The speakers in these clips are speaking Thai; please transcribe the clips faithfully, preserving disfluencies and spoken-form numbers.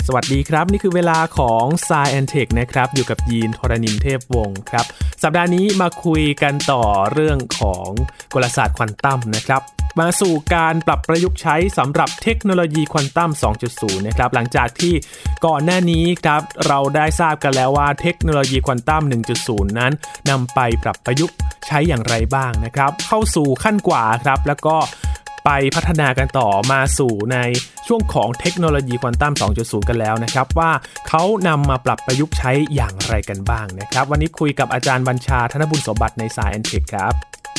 สวัสดีครับนี่คือเวลาของ Science แอนด์ Tech นะครับอยู่กับยีนทรณินเทพวงศ์ครับสัปดาห์นี้มาคุยกันต่อเรื่องของกลศาสตร์ควอนตัมนะครับมาสู่การปรับประยุกต์ใช้สำหรับเทคโนโลยีควอนตัม สองจุดศูนย์ นะครับหลังจากที่ก่อนหน้านี้ครับเราได้ทราบกันแล้วว่าเทคโนโลยีควอนตัม หนึ่งจุดศูนย์ นั้นนำไปปรับประยุกต์ใช้อย่างไรบ้างนะครับเข้าสู่ขั้นกว่าครับแล้วก็ไปพัฒนากันต่อมาสู่ในช่วงของเทคโนโลยีควอนตัม สองจุดศูนย์ กันแล้วนะครับว่าเขานำมาปรับประยุกต์ใช้อย่างไรกันบ้างนะครับวันนี้คุยกับอาจารย์บัญชาธนบุญสมบัติใน Science แอนด์ Tech ครับ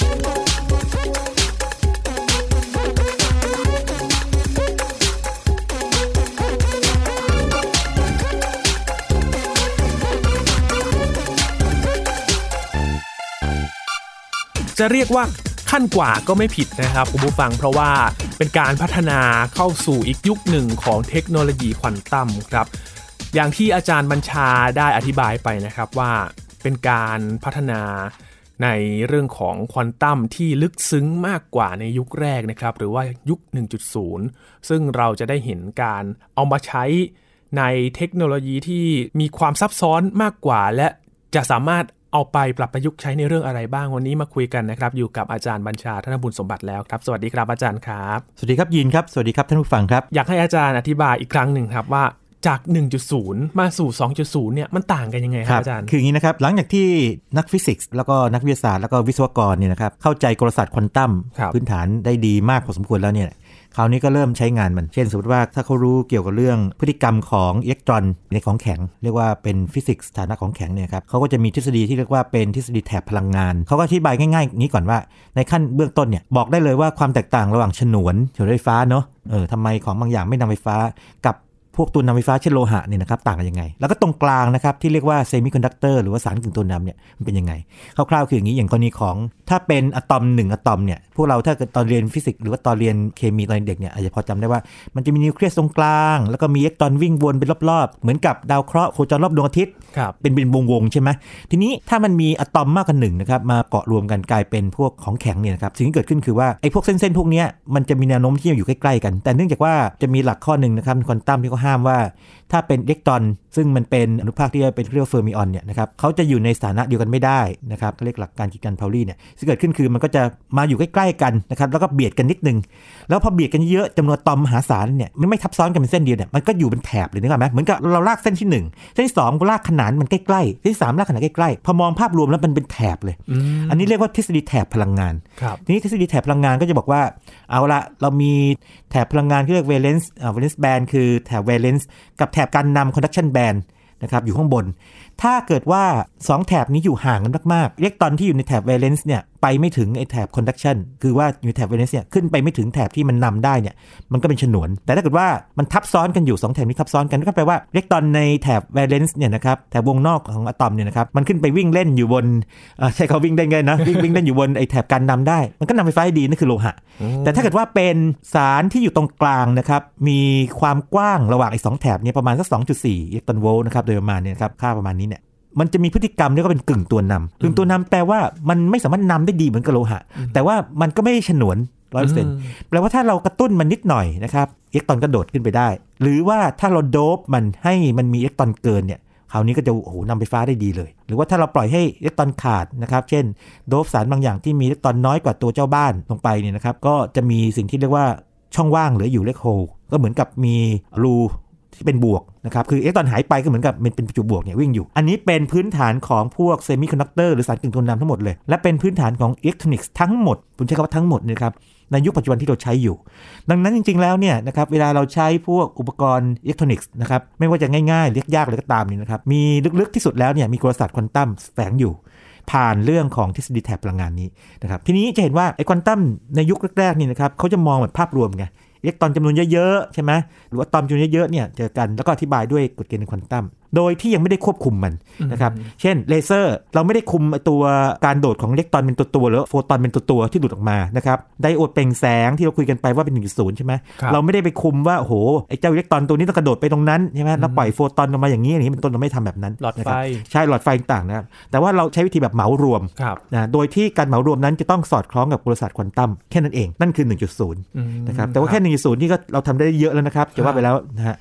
จะเรียกว่าขั้นกว่าก็ไม่ผิดนะครับคุณผู้ฟังเพราะว่าเป็นการพัฒนาเข้าสู่อีกยุคหนึ่งของเทคโนโลยีควอนตัมครับอย่างที่อาจารย์บัญชาได้อธิบายไปนะครับว่าเป็นการพัฒนาในเรื่องของควอนตัมที่ลึกซึ้งมากกว่าในยุคแรกนะครับหรือว่ายุค หนึ่งจุดศูนย์ ซึ่งเราจะได้เห็นการเอามาใช้ในเทคโนโลยีที่มีความซับซ้อนมากกว่าและจะสามารถเอาไปปรับประยุกต์ใช้ในเรื่องอะไรบ้างวันนี้มาคุยกันนะครับอยู่กับอาจารย์บัญชาธนบุญสมบัติแล้วครับสวัสดีครับอาจารย์ครับสวัสดีครับยินครับสวัสดีครับท่านผู้ฟังครับอยากให้อาจารย์อธิบายอีกครั้งหนึ่งครับว่าจาก หนึ่งจุดศูนย์ มาสู่ สองจุดศูนย์ เนี่ยมันต่างกันยังไงครับอาจารย์คืออย่างนี้นะครับหลังจากที่นักฟิสิกส์แล้วก็นักวิทยาศาสตร์แล้วก็วิศวกรเนี่ยนะครับเข้าใจกลศาสตร์ควอนตัมพื้นฐานได้ดีมากพอสมควรแล้วเนี่ยคราวนี้ก็เริ่มใช้งานมันเช่นสมมติว่าถ้าเขารู้เกี่ยวกับเรื่องพฤติกรรมของอิเล็กตรอนในของแข็งเรียกว่าเป็นฟิสิกส์ฐานะของแข็งเนี่ยครับเขาก็จะมีทฤษฎีที่เรียกว่าเป็นทฤษฎีแถบพลังงานเขาก็อธิบายง่ายๆนี้ก่อนว่าในขั้นเบื้องต้นเนี่ยบอกได้เลยว่าความแตกต่างระหว่างฉนวนฉนวนไฟฟ้าเนาะเออทำไมของบางอย่างไม่นำไฟฟ้ากับพวกตัวนำไฟฟ้าเช่นโลหะเนี่ยนะครับต่างกันยังไงแล้วก็ตรงกลางนะครับที่เรียกว่าเซมิคอนดักเตอร์หรือว่าสารกึ่งตัวนำเนี่ยมันเป็นยังไงคร่าวๆคืออย่างนี้อย่างกรณีของถ้าเป็นอะตอมหนึ่งอะตอมเนี่ยพวกเราถ้าตอนเรียนฟิสิกส์หรือว่าตอนเรียนเคมีตอนเด็กเนี่ยอาจจะพอจำได้ว่ามันจะมีนิวเคลียสตรงกลางแล้วก็มีอิเล็กตรอนวิ่งวนเป็นรอบๆเหมือนกับดาวเคราะห์โคจรรอบดวงอาทิตย์เป็นเป็นวงๆใช่ไหมทีนี้ถ้ามันมีอะตอมมากกว่าหนึ่งนะครับมาเกาะรวมกันกลายเป็นพวกของแข็งเนี่ยนะครับสิ่งที่เกิดขึ้นคือว่าไอ้พวกเส้นๆพวกนี้มันจะมีแนวโน้มที่จะอยู่ใกล้ๆกันแต่เนื่องจากว่าจะมีหลักข้อหนึ่งนะครับควอนตัมที่เขาห้ามว่าถ้าเป็นอิเล็กตรอนซึ่งมันเป็นอนุภาคที่เป็นเรียกว่าเฟอร์มิออนเนี่ยนะครับเขาจะอยู่ในสถานะเดียวกันไม่ได้นะครับเขาเรียกหลักการกีดกันพาวลีเนี่ยที่เกิดขึ้นคือมันก็จะมาอยู่ใกล้ๆกันนะครับแล้วก็เบียดกันนิดนึงแล้วพอเบียดกันเยอะจำนวนอะตอมมหาศาลเนี่ยมันไม่ทับซ้อนกันเป็นเส้นเดียวเนี่ยมันก็อยู่เป็นแถบเลยนึกออกไหมเหมือนกับเราลากเส้นที่หนึ่งเส้นที่สองก็ลากขนานมันใกล้ๆเส้นที่สามลากขนานใกล้ๆพอมองภาพรวมแล้วมันเป็นแถบเลย อ, อันนี้เรียกว่าทฤษฎีแถบพลังงานทีนี้ทฤษฎีแถบพลังงานก็จะบอกว่าเอาละเรามีแถบพลังงานที่เรียก valence อ่า valence band คือแถบ valence กับแถบการนำ conduction band นะครับอยู่ข้างบนถ้าเกิดว่าสองแถบนี้อยู่ห่างกันมากๆอิเล็กตรอนที่อยู่ในแถบ valence เนี่ยไปไม่ถึงไอ้แถบ conduction คือว่าอยู่แถบ valence เนี่ยขึ้นไปไม่ถึงแถบที่มันนำได้เนี่ยมันก็เป็นฉนวนแต่ถ้าเกิดว่ามันทับซ้อนกันอยู่สองแถบนี้ทับซ้อนกันก็แปลว่าอิเล็กตรอนในแถบ valence เนี่ยนะครับแถบวงนอกของอะตอมเนี่ยนะครับมันขึ้นไปวิ่งเล่นอยู่บนใช่เขาวิ่งได้ไงนะวิ่งวิ่งเล่นอยู่บนไอ้แถบการนำได้มันก็นำไฟฟ้าดีนั่นคือโลหะแต่ถ้าเกิดว่าเป็นสารที่อยู่ตรงกลางนะครับมีความกว้างระหว่างไอ้สองแถบเนี่ยประมาณสัก สองจุดสี่ อิเล็กตรอนโวลต์นะครับโดยประมาณเนี่ยครับค่าประมาณนี้เนี่ยมันจะมีพฤติกรรมเรียกว่าเป็นกึ่งตัวนำกึ่งตัวนำแปลว่ามันไม่สามารถนำได้ดีเหมือนกับโลหะแต่ว่ามันก็ไม่ฉนวน ร้อยเปอร์เซ็นต์ แปลว่าถ้าเรากระตุ้นมันนิดหน่อยนะครับอิเล็กตรอนก็โดดขึ้นไปได้หรือว่าถ้าเราโดปมันให้มันมีอิเล็กตรอนเกินเนี่ยคราวนี้ก็จะโอ้โหนำไฟฟ้าได้ดีเลยหรือว่าถ้าเราปล่อยให้อิเล็กตรอนขาดนะครับเช่นโดปสารบางอย่างที่มีอิเล็กตรอนน้อยกว่าตัวเจ้าบ้านลงไปเนี่ยนะครับก็จะมีสิ่งที่เรียกว่าช่องว่างเหลืออยู่เรียกโฮลก็เหมือนกับมีรูที่เป็นบวกนะครับคืออิเล็กตรอนหายไปก็เหมือนกับมันเป็นประจุบวกเนี่ยวิ่งอยู่อันนี้เป็นพื้นฐานของพวกเซมิคอนดักเตอร์หรือสารกึ่งตัวนำทั้งหมดเลยและเป็นพื้นฐานของอิเล็กทรอนิกส์ทั้งหมดผมใช้คำว่าทั้งหมดนะครับในยุคปัจจุบันที่เราใช้อยู่ดังนั้นจริงๆแล้วเนี่ยนะครับเวลาเราใช้พวกอุปกรณ์อิเล็กทรอนิกส์นะครับไม่ว่าจะง่ายๆหรือยากๆอะไรก็ตามนี่นะครับมีลึกๆที่สุดแล้วเนี่ยมีกลศาสตร์ควอนตัมแฝงอยู่ผ่านเรื่องของทฤษฎีแถบพลังงานนี้นะครับทีนี้จะเห็นว่าไอ้ควอนตัมในยุคแรกๆนี่นะครับเขาจะมองแบบภาพรวมไงอิเล็กตรอนจำนวนเยอะๆใช่ไหมหรือว่าอะตอมจำนวนเยอะๆเนี่ยเจอกันแล้วก็อธิบายด้วยกฎเกณฑ์ควอนตัมโดยที่ยังไม่ได้ควบคุมมันนะครับเช่นเลเซอร์เราไม่ได้คุมตัวการโดดของอิเล็กตรอนเป็นตัวๆหรือโฟตอนเป็นตัวๆที่ดูดออกมานะครับไดโอดเปล่งแสงที่เราคุยกันไปว่าเป็น หนึ่งจุดศูนย์ ใช่ไหมเราไม่ได้ไปคุมว่าโอ้โหไอ้เจ้าอิเล็กตรอนตัวนี้ต้องกระโดดไปตรงนั้นใช่ไหมแล้วปล่อยโฟตอนออกมาอย่างนี้อย่างนี้เป็นต้นเราไม่ทำแบบนั้นหลอดไฟใช่หลอดไฟต่างๆนะครับแต่ว่าเราใช้วิธีแบบเหมารวมนะโดยที่การเหมารวมนั้นจะต้องสอดคล้องกับกลศาสตร์ควอนตัมแค่นั้นเองนั่นคือ หนึ่งจุดศูนย์ นะครับแต่ว่าแค่ หนึ่งจุดศูนย์ นี่ก็เราทำได้เยอะแล้วนะครับจะว่าไปแล้วนะฮะ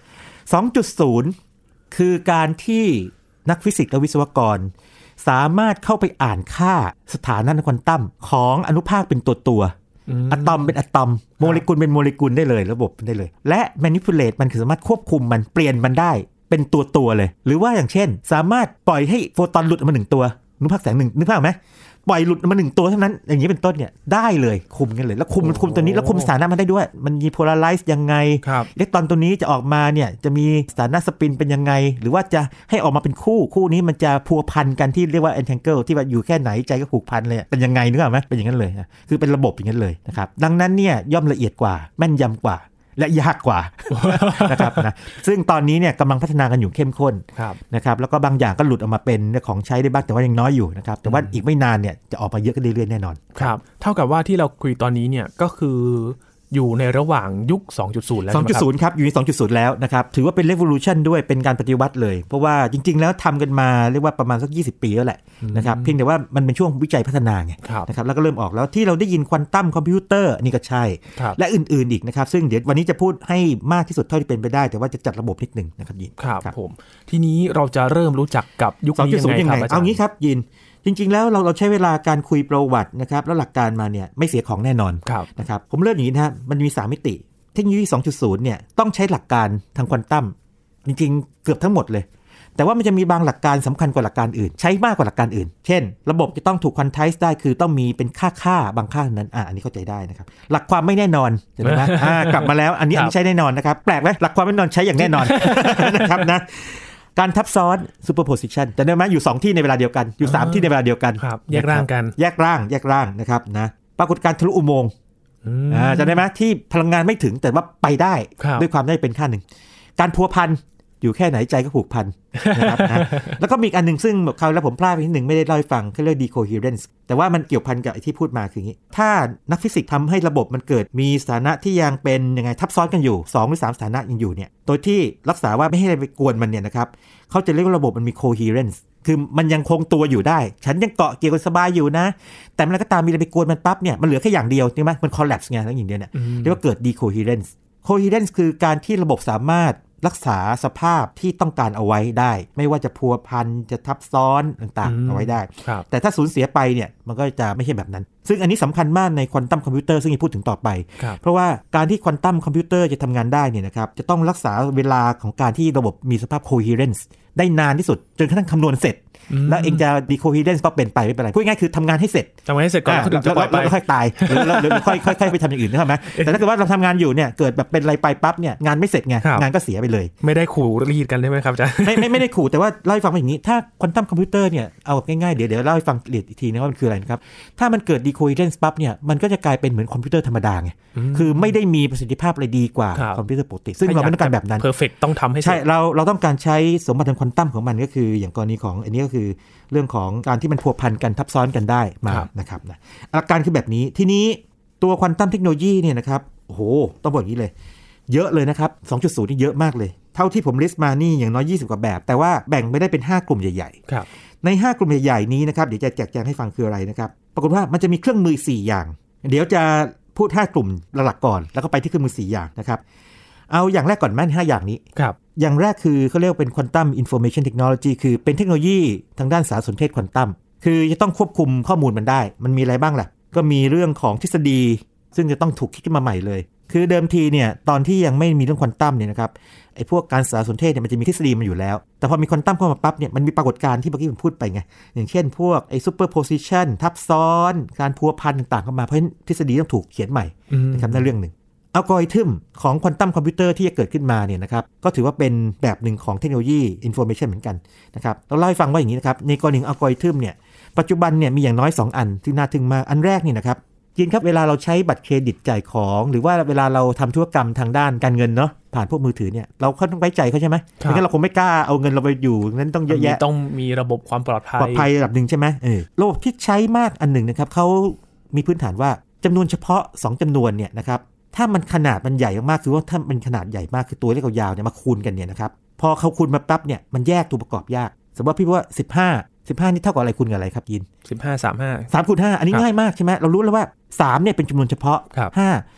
สองจุดศูนย์ คือการที่นักฟิสิกส์และวิศวกรสามารถเข้าไปอ่านค่าสถานะควอนตัมของอนุภาคเป็นตัวตัวอะตอมเป็นอะตอมโมเลกุลเป็นโมเลกุลได้เลยระบบได้เลยและ manipulate มันคือสามารถควบคุมมันเปลี่ยนมันได้เป็นตัวตัวเลยหรือว่าอย่างเช่นสามารถปล่อยให้โฟตอนหลุดออกมาหนึ่งตัวอนุภาคแสงหนึ่งนึกภาพไหมปล่อยหลุดมาหนึ่งตัวเท่านั้นอย่างนี้เป็นต้นเนี่ยได้เลยคุมกันเลยแล้วคุมคุมตัวนี้แล้วคุมสถานะมันได้ด้วยมันมีโพลาไรซ์ยังไงอิเล็กตรอนตัวนี้จะออกมาเนี่ยจะมีสถานะสปินเป็นยังไงหรือว่าจะให้ออกมาเป็นคู่คู่นี้มันจะพัวพันกันที่เรียกว่า entangle ที่ว่าอยู่แค่ไหนใจก็ผูกพันเลยเป็นยังไงนึกออกไหมเป็นอย่างนั้นเลยนะคือเป็นระบบอย่างนั้นเลยนะครับดังนั้นเนี่ยย่อมละเอียดกว่าแม่นยำกว่าและยากกว่า นะครับนะซึ่งตอนนี้เนี่ยกำลังพัฒนากันอยู่เข้มข้นนะครับแล้วก็บางอย่างก็หลุดออกมาเป็นของใช้ได้บ้างแต่ว่ายังน้อยอยู่นะครับแต่ว่าอีกไม่นานเนี่ยจะออกมาเยอะขึ้นเรื่อยๆแน่นอนครับเท่ากับว่าที่เราคุยตอนนี้เนี่ยก็คืออยู่ในระหว่างยุค สองจุดศูนย์ แล้วสองจุดศูนย์ ครับอยู่ใน สองจุดศูนย์ แล้วนะครับถือว่าเป็น revolution ด้วยเป็นการปฏิวัติเลยเพราะว่าจริงๆแล้วทำกันมาเรียกว่าประมาณสักยี่สิบปีแล้วแหละนะครับเพียงแต่ว่ามันเป็นช่วงวิจัยพัฒนาไงนะครับแล้วก็เริ่มออกแล้วที่เราได้ยินควอนตัมคอมพิวเตอร์นี่ก็ใช่และอื่นๆอีกนะครับซึ่งเดี๋ยววันนี้จะพูดให้มากที่สุดเท่าที่เป็นไปได้แต่ว่าจะจัดระบบนิดนึงนะครับยินครับผมทีนี้เราจะเริ่มรู้จักกับยุคนี้ยังไงครับเอางี้ครับยินจริงๆแล้วเราเราใช้เวลาการคุยประวัตินะครับแล้วหลักการมาเนี่ยไม่เสียของแน่นอนนะครับผมเริ่มอย่างนี้นะมันมีสามมิติเทคโนโลยี สองจุดศูนย์ เนี่ยต้องใช้หลักการทางควอนตัมจริงๆเกือบทั้งหมดเลยแต่ว่ามันจะมีบางหลักการสำคัญกว่าหลักการอื่นใช้มากกว่าหลักการอื่นเช่นระบบจะต้องถูกควอนไทซ์ได้คือต้องมีเป็นค่าค่าบางค่านั้นอ่ะอันนี้เข้าใจได้นะครับหลักความไม่แน่นอนเห็นไหม อ่ากลับมาแล้วอันนี้อันนี้ใช้แน่นอนนะครับแปลกไหมหลักความไม่แน่นอนใช้อย่างแน่นอน นะครับนะการทับซ้อน superposition แต่ได้ไหมอยู่สองที่ในเวลาเดียวกันอยู่สามที่ในเวลาเดียวกันแยกร่างกันแยกร่างแยกร่างนะครับนะปรากฏการณ์ทะลุอุโมงค์อ่าจะได้ไหมที่พลังงานไม่ถึงแต่ว่าไปได้ด้วยความได้เป็นค่าหนึ่งการพัวพันอยู่แค่ไหนใจก็ผูกพันนะครับนะแล้วก็มีอีกอันหนึ่งซึ่งคราวแล้วผมพลาดไปนิดหนึ่งไม่ได้เล่าให้ฟังเขาเรียก decoherence แต่ว่ามันเกี่ยวพันกับที่พูดมาคืออย่างนี้ถ้านักฟิสิกส์ทำให้ระบบมันเกิดมีสถานะที่ยังเป็นยังไงทับซ้อนกันอยู่สองหรือสามสถานะยังอยู่เนี่ยโดยที่รักษาว่าไม่ให้อะไรไปกวนมันเนี่ยนะครับเขาจะเรียกว่าระบบมันมี coherence คือมันยังคงตัวอยู่ได้ฉันยังเกาะเกี่ยวกันสบายอยู่นะแต่เมื่อไรก็ตามมีอะไรไปกวนมันปั๊บเนี่ยมันเหลือแค่อย่างเดียวใช่ไหมมัน collapse ไงทั้งอย่างเดียวเนี่ยเรียกว่าเกิด decoherence coherence คือการที่ระบบสามารถรักษาสภาพที่ต้องการเอาไว้ได้ไม่ว่าจะพัวพันจะทับซ้อนต่างๆเอาไว้ได้แต่ถ้าสูญเสียไปเนี่ยมันก็จะไม่ใช่แบบนั้นซึ่งอันนี้สำคัญมากในควอนตัมคอมพิวเตอร์ซึ่งจะพูดถึงต่อไปเพราะว่าการที่ควอนตัมคอมพิวเตอร์จะทำงานได้เนี่ยนะครับจะต้องรักษาเวลาของการที่ระบบมีสภาพ coherence ได้นานที่สุดจนกระทั่งคำนวณเสร็จแล้วเองจะ decoherence ก็เป็นไปไม่เป็นไรพูดง่ายๆคือทำงานให้เสร็จทำงานให้เสร็จก่อนแล้วค่อยตายหรือค่อยๆไปทำอย่างอื่นใช่ไหมแต่ถ้าเกิดว่าเราทำงานอยู่เนี่ยเกิดแบบเป็นอะไรไปปั๊บเนี่ยงานไม่เสร็จไงงานก็เสียไปเลยไม่ได้ขู่รีดกันใช่ไหมครับอาจารย์ไม่ไม่ไม่ได้ขู่แต่ว่าเล่าให้ฟังว่าอย่างนี้ถ้าควอนตัมคอมพิวเตอร์เนี่ยเอาง่ายๆเดี๋ยวเดี๋ยวเล่าให้ฟังละเอียดอีกทีนะว่ามันคืออะไรนะครับถ้ามันเกิด decoherence ปั๊บเนี่ยมันก็จะกลายเป็นเหมือนคอมพิวเตอร์ธรรมดาไงคือไม่ได้มีประสิทธิภาพอะไรดีกว่าคอมพิวเตอร์ปกติซึ่งเราไม่ต้องการแบบนั้น perfect ต้องทำให้ใช่เราเราต้องการใช้สมบัติทางควอนตัมของมันก็คืออย่างกรณีของอันนี้ก็คือเรื่องของการที่มันพัวพันกันทับซ้อนกันได้มานะครับนะหลักการคือแบบนี้ทีนี้ตัวควอนตัมเทคโนโลยีเนี่ยนะครับโอ้โหต้องบอกอย่างนี้เลยเยอะเลยนะครับ สองจุดศูนย์ นี่เยอะมากเลยเท่าที่ผมลิสต์มานี่อย่างน้อยยี่สิบกว่าแบบแต่ว่าแบ่งไม่ได้เป็นห้ากลุ่มใหญ่ๆในห้ากลุ่มใหญ่ๆนี้นะครับเดี๋ยวจะแจกแจงให้ฟังคืออะไรนะครับปรากฏว่ามันจะมีเครื่องมือสี่อย่างเดี๋ยวจะพูดห้ากลุ่มหลักๆก่อนแล้วก็ไปที่เครื่องมือสี่อย่างนะครับเอาอย่างแรกก่อนแม่นห้าอย่างนี้อย่างแรกคือเขาเรียกเป็น Quantum Information Technology คือเป็นเทคโนโลยีทางด้านสารสนเทศควอนตัมคือจะต้องควบคุมข้อมูลมันได้มันมีอะไรบ้างล่ะก็มีเรื่องของทฤษฎีซึ่งจะต้องถูกคิดขึ้นมาใหม่เลยคือเดิมทีเนี่ยตอนที่ยังไม่มีเรื่องควอนตัมเนี่ยนะครับไอ้พวกการสารสนเทศเนี่ยมันจะมีทฤษฎีมาอยู่แล้วแต่พอมีควอนตัมเข้ามาปั๊บเนี่ยมันมีปรากฏการณ์ที่เมื่อกี้ผมพูดไปไงอย่างเช่นพวกไอ้ superposition ทับซ้อนการพัวพันต่างๆเข้ามาเพราะทฤษฎีต้องถูกเขียนใหม่นะครับนั่นเรื่องนึงอัลกอริทึมของควอนตัมคอมพิวเตอร์ที่จะเกิดขึ้นมาเนี่ยนะครับก็ถือว่าเป็นแบบหนึ่งของเทคโนโลยีอินโฟเมชันเหมือนกันนะครับเราเล่าให้ฟังว่าอย่างนี้นะครับในกรณีอัลกอริทึมเนี่ยปัจจุบันเนี่ยมีอย่างน้อยสองอันที่น่าทึ่งมากอันแรกนี่นะครับยินครับเวลาเราใช้บัตรเครดิตจ่ายของหรือว่าเวลาเราทำธุรกรรมทางด้านการเงินเนาะผ่านพวกมือถือเนี่ยเราต้องไว้ใจเขาใช่ไหมไม่งั้นเราคงไม่กล้าเอาเงินเราไปอยู่นั้นต้องเยอะแยะต้องมีระบบความปลอดภัยปลอดภัยระดับหนึ่งใช่ไหมเออระบบที่ใช้มากอันหนึ่งนะครับเขามีพื้นฐานว่าจำนวนเฉพาะสองจำนวนเนี่ยนะครับถ้ามันขนาดมันใหญ่มากคือว่าถ้ามันขนาดใหญ่มากคือตัวเลขยาวเนี่ยมาคูณกันเนี่ยนะครับพอเขาคูณมาปั๊บเนี่ยมันแยกตัวประกอบยากสมมติว่าพี่ว่าสิบห้า สิบห้านี่เท่ากับอะไรคูณกับอะไรครับยินสิบห้า สามสิบห้าสามคูณห้าอันนี้ง่ายมากใช่ไหมเรารู้แล้วว่าสามเนี่ยเป็นจำนวนเฉพาะห้า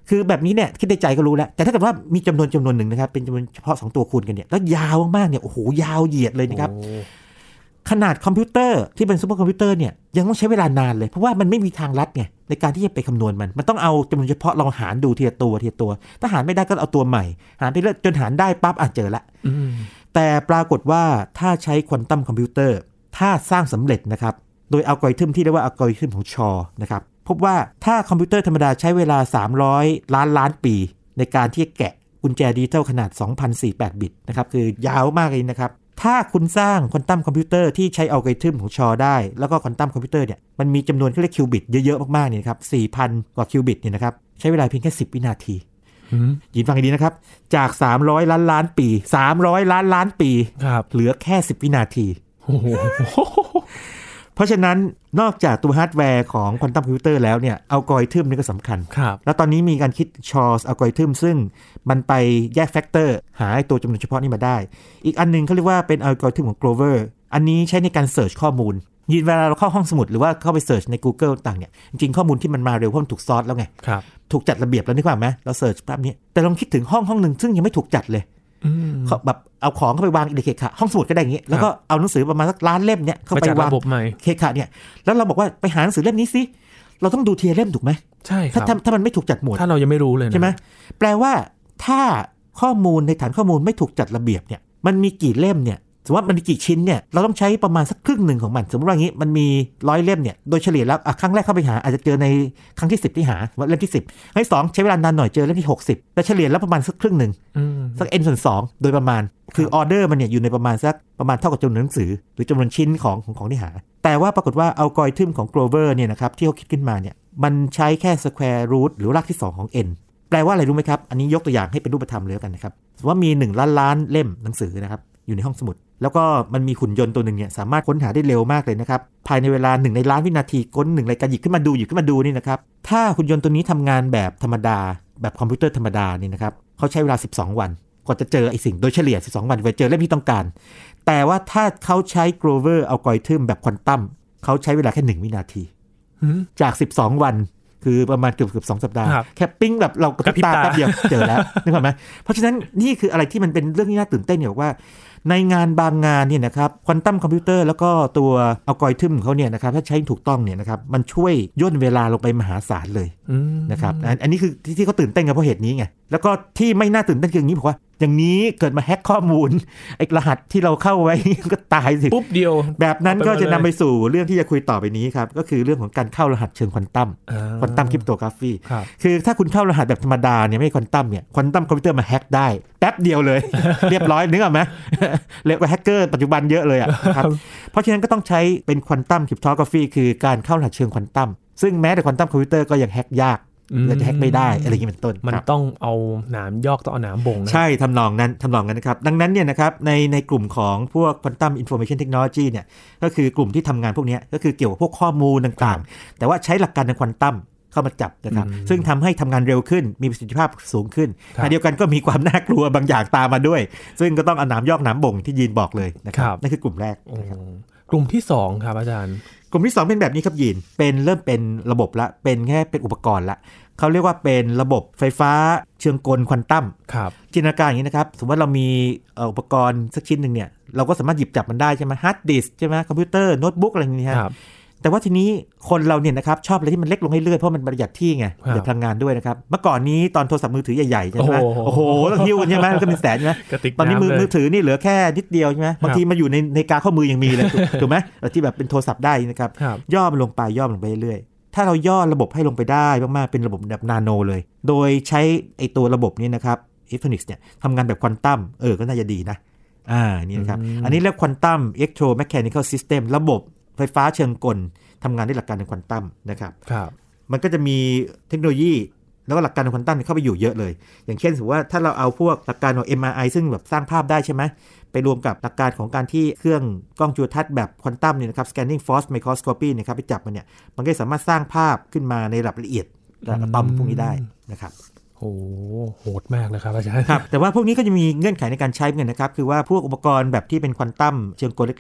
คือแบบนี้เนี่ยคิดในใจก็รู้แล้วแต่ถ้าเกิดว่ามีจำนวนจำนวนหนึ่งนะครับเป็นจำนวนเฉพาะสองตัวคูณกันเนี่ยแล้วยาวมากๆเนี่ยโอ้โหยาวเหยียดเลยนะครับขนาดคอมพิวเตอร์ที่เป็นซูเปอร์คอมพิวเตอร์เนี่ยยังต้องใช้เวลานานเลยเพราะว่ามันไม่มีทางลัดไงในการที่จะไปคำนวณมันมันต้องเอาจำนวนเฉพาะลองหารดูทีละตัวทีละตัวถ้าหารไม่ได้ก็เอาตัวใหม่หารไปเรื่อยจนหารได้ปั๊บอ่ะเจอละแต่ปรากฏว่าถ้าใช้ควอนตัมคอมพิวเตอร์ถ้าสร้างสำเร็จนะครับโดยอัลกอริทึมที่เรียกว่าอัลกอริทึมของชอนะครับพบว่าถ้าคอมพิวเตอร์ธรรมดาใช้เวลาสามร้อยล้านล้านปีในการที่จะแกะกุญแจดิจิทัลขนาด สองพันสี่สิบแปด บิตนะครับคือยาวมากเลยนะครับถ้าคุณสร้างควอนตัมคอมพิวเตอร์ที่ใช้อัลกอริทึมของชอได้แล้วก็ควอนตัมคอมพิวเตอร์เนี่ยมันมีจำนวนที่เรียกคิวบิตเยอะๆมากๆเนี่ยครับ สี่พัน กว่าคิวบิตเนี่ยนะครับใช้เวลาเพียงแค่สิบวินาทียินฟังดีนะครับจากสามร้อยล้านล้านปีสามร้อยล้านล้านปีเหลือแค่สิบวินาทีเพราะฉะนั้นนอกจากตัวฮาร์ดแวร์ของควอนตัมคอมพิวเตอร์แล้วเนี่ยอัลกอริทึมนี่ก็สำคัญแล้วตอนนี้มีการคิดชอสอัลกอริทึมซึ่งมันไปแยกแฟกเตอร์หาตัวจำนวนเฉพาะนี้มาได้อีกอันนึงเขาเรียกว่าเป็นอัลกอริทึมของโกลเวอร์อันนี้ใช้ในการเสิร์ชข้อมูลยินเวลาเราเข้าห้องสมุดหรือว่าเข้าไปเสิร์ชใน Google ต่างเนี่ยจริงๆข้อมูลที่มันมาเร็วเพราะมันถูกซอร์ตแล้วไงถูกจัดระเบียบแล้วนึกว่าไหมเราเสิร์ชภาพนี้แต่ลองคิดถึงห้องห้องนึงซึ่งยังไม่ถูกจัดเลยแบบเอาของเข้าไปวางในเคขะห้องสมุดก็ได้อย่างงี้แล้วก็เอาหนังสือประมาณสักล้านเล่มเนี่ยเข้าไปวางเคขะเนี่ยแล้วเราบอกว่าไปหาหนังสือเล่มนี้สิเราต้องดูทีละเล่มถูกไหมใช่ครับถ้าถ้ามันไม่ถูกจัดหมวดถ้าเรายังไม่รู้เลยนะใช่ไหมแปลว่าถ้าข้อมูลในฐานข้อมูลไม่ถูกจัดระเบียบเนี่ยมันมีกี่เล่มเนี่ยสมมติว่ามันมีกี่ชิ้นเนี่ยเราต้องใช้ประมาณสักครึ่งหนึ่งของมันสมมติว่าอย่างนี้มันมีร้อยเล่มเนี่ยโดยเฉลี่ยแล้วครั้งแรกเข้าไปหาอาจจะเจอในครั้งที่สิบที่หาว่าเล่มที่สิบครั้งที่สองใช้เวลานานหน่อยเจอเล่มที่หกสิบแต่เฉลี่ยแล้วประมาณสักครึ่งหนึ่งสัก n ส่วนสองโดยประมาณคือออเดอร์มันเนี่ยอยู่ในประมาณสักประมาณเท่ากับจำนวนหนังสือหรือจำนวนชิ้นของของของที่หาแต่ว่าปรากฏว่าอัลกอริทึมของ Grover เนี่ยนะครับที่เขาคิดขึ้นมาเนี่ยมันใช้แค่ square root หรือรากที่สองของ n แปลว่าอะไรรู้ไหมครับอันนี้ยกตัวอย่างให้เป็นรูปธรรมเลยกันนะครับสมมติว่ามีหนึ่งล้านล้านเล่มหนังสือนะครับอยู่ในห้องสมุดแล้วก็มันมีหุ่นยนต์ตัวหนึ่งเนี่ยสามารถค้นหาได้เร็วมากเลยนะครับภายในเวลาหนึ่งในล้านวินาทีค้นหนึ่งรายการหยิบขึ้นมาดูหยิบขึ้นมาดูนี่นะครับถ้าหุ่นยนต์ตัวนี้ทำงานแบบธรรมดาแบบคอมพิวเตอร์ธรรมดานี่นะครับเขาใช้เวลาสิบสองวันกว่าจะเจอไอ้สิ่งโดยเฉลี่ยสิบสองวันไปเจอเล่มที่ต้องการแต่ว่าถ้าเขาใช้ Grover อัลกอริทึมแบบควอนตัมเขาใช้เวลาแค่หนึ่งวินาทีจากสิบสองวันคือประมาณเกือบเกือบสองสัปดาห์แค่ปิ้งแบบเรากระพริบตาแป๊บเดียวเจอแล้วนึกออกไหมเพราะฉะนั้นนี่คืออะไรที่มันเป็นเรื่องที่น่าตื่นเต้นอยู่ว่าในงานบางงานเนี่ยนะครับควอนตัมคอมพิวเตอร์แล้วก็ตัวอัลกอริทึมของเขาเนี่ยนะครับถ้าใช้ถูกต้องเนี่ยนะครับมันช่วยย่นเวลาลงไปมหาศาลเลยนะครับอันนี้คือที่เขาตื่นเต้นกันเพราะเหตุนี้ไงแล้วก็ที่ไม่น่าตื่นเต้นคืออย่างนี้บอกว่าอย่างนี้เกิดมาแฮ็กข้อมูลไอ้รหัสที่เราเข้าไว้ก็ตายสิปุ๊บเดียวแบบนั้นก็จะนำไปสู่เรื่องที่จะคุยต่อไปนี้ครับก็คือเรื่องของการเข้ารหัสเชิงควอนตัมควอนตัมคริปโตกราฟีคือถ้าคุณเข้ารหัสแบบธรรมดาเนี่ยไม่ควอนตัมเนี่ยควอนตัมคอมพิวเตอร์มาแฮ็กได้แป๊บเดียวเลย เรียบร้อยนึกออกไหมเรียกว่าแฮกเกอร์ปัจจุบันเยอะเลยอ่ะครับเพราะฉะนั้นก็ต้องใช้เป็นควอนตัมคริปโตกราฟีคือการเข้ารหัสเชิงควอนตัมซึ่งแม้แต่ควอนตัมคอมพิวเตอร์ก็ยังแฮ็กยากเราจะแฮกไม่ได้อะไรอย่างนี้เป็นต้นมันต้องเอาหนามยอกต้องเอาหนามบ่งนะใช่ทำนองนั้นทำนองนั้นนะครับดังนั้นเนี่ยนะครับในในกลุ่มของพวก Quantum Information Technology เนี่ยก็คือกลุ่มที่ทำงานพวกนี้ก็คือเกี่ยวกับพวกข้อมูลต่างๆแต่ว่าใช้หลักการทางควอนตัมเข้ามาจับนะครับซึ่งทำให้ทำงานเร็วขึ้นมีประสิทธิภาพสูงขึ้นขณะเดียวกันก็มีความน่ากลัวบางอย่างตามมาด้วยซึ่งก็ต้องเอาหนามยอกหนามบ่งที่ยีนบอกเลยนะครับนั่นคือกลุ่มแรกกลุ่มที่สองครับอาจารย์กลุ่มที่สองเป็นแบบนี้ครับยีนเป็นเริ่มเป็นระบบละเป็นแค่เป็นอุปกรณ์ละเขาเรียกว่าเป็นระบบไฟฟ้าเชิงกลควอนตัมจินตนาการอย่างนี้นะครับสมมติว่าเรามีอุปกรณ์สักชิ้นหนึ่งเนี่ยเราก็สามารถหยิบจับมันได้ใช่ไหมฮาร์ดดิสก์ใช่ไหมคอมพิวเตอร์โน้ตบุ๊กอะไรอย่างนี้ครับแต่ว่าทีนี้คนเราเนี่ยนะครับชอบอะไรที่มันเล็กลงเรื่อยๆเพราะมันประหยัดที่ไงประหยัดพลังงานด้วยนะครับเมื่อก่อนนี้ตอนโทรศัพท์มือถือใหญ่ๆใช่ไหมโอ้โหต้องหิ้วกันใช่ไหมก็เป็นแสนใช่ไหมตอนนี้มือมือถือนี่เหลือแค่นิดเดียวใช่ไหมบางทีมาอยู่ในในกาข้อมือยังมีเลยถูกไหมที่แบบเป็นโทรศัพท์ได้นะครับย่อมันลงไปย่อมันลงไปเรื่อยถ้าเราย่อระบบให้ลงไปได้มากๆเป็นระบบแบบนาโนเลยโดยใช้ไอตัวระบบนี้นะครับอิเล็กทรอนิกส์เนี่ยทำงานแบบควอนตัมเออก็น่าจะดีนะอ่านี่นะครับอันนี้เรียกควอนตัมอิเล็กโทรแมคแคนิคอลซิสเต็มระบบไฟฟ้าเชิงกลทำงานด้วยหลักการทางควอนตัมนะครับมันก็จะมีเทคโนโลยีแล้วก็หลักการทางควอนตัมเข้าไปอยู่เยอะเลยอย่างเช่นสมมติว่าถ้าเราเอาพวกหลักการของ เอ็ม อาร์ ไอ ซึ่งแบบสร้างภาพได้ใช่ไหมไปรวมกับหลักการของการที่เครื่องกล้องจุลทรรศน์แบบควอนตัมเนี่ยนะครับ scanning force microscopy นะครับไปจับมันเนี่ยมันก็สามารถสร้างภาพขึ้นมาในระดับละเอียดระดับอะตอมพวกนี้ได้นะครับโอ้โหดมากเลยครับอาจารย์ครับแต่ว่าพวกนี้ก็จะมีเงื่อนไขในการใช้เหมือนกันนะครับคือว่าพวกอุปกรณ์แบบที่เป็นควอนตัมเชิงกลเล็กๆเนี่ย